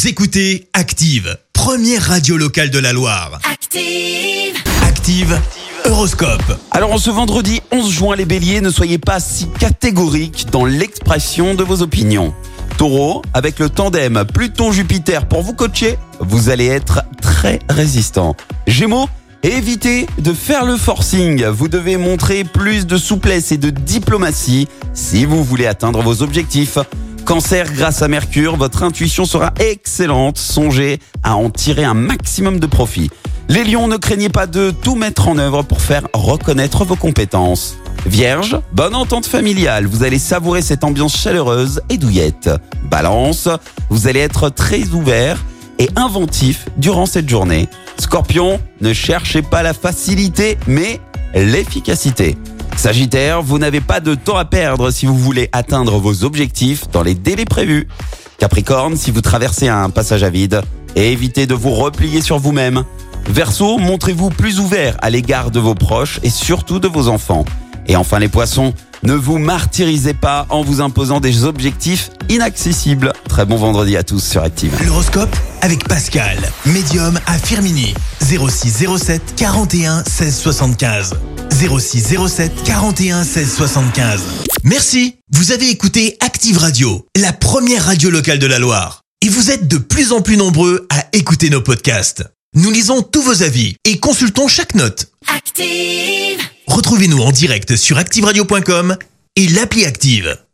Vous écoutez Active, première radio locale de la Loire. Active, Active Horoscope. Alors en ce vendredi 11 juin, les béliers, ne soyez pas si catégoriques dans l'expression de vos opinions. Taureau, avec le tandem Pluton-Jupiter pour vous coacher, vous allez être très résistant. Gémeaux, évitez de faire le forcing. Vous devez montrer plus de souplesse et de diplomatie si vous voulez atteindre vos objectifs. Cancer, grâce à Mercure, votre intuition sera excellente. Songez à en tirer un maximum de profit. Les lions, ne craignez pas de tout mettre en œuvre pour faire reconnaître vos compétences. Vierge, bonne entente familiale, vous allez savourer cette ambiance chaleureuse et douillette. Balance, vous allez être très ouvert et inventif durant cette journée. Scorpion, ne cherchez pas la facilité, mais l'efficacité. Sagittaire, vous n'avez pas de temps à perdre si vous voulez atteindre vos objectifs dans les délais prévus. Capricorne, si vous traversez un passage à vide, évitez de vous replier sur vous-même. Verseau, montrez-vous plus ouvert à l'égard de vos proches et surtout de vos enfants. Et enfin les poissons, ne vous martyrisez pas en vous imposant des objectifs inaccessibles. Très bon vendredi à tous sur Active. L'horoscope avec Pascal, médium à Firminy. 06 07 41 16 75. 06 07 41 16 75. Merci, vous avez écouté Active Radio, la première radio locale de la Loire. Et vous êtes de plus en plus nombreux à écouter nos podcasts. Nous lisons tous vos avis et consultons chaque note. active. Retrouvez-nous en direct sur activeradio.com et l'appli Active.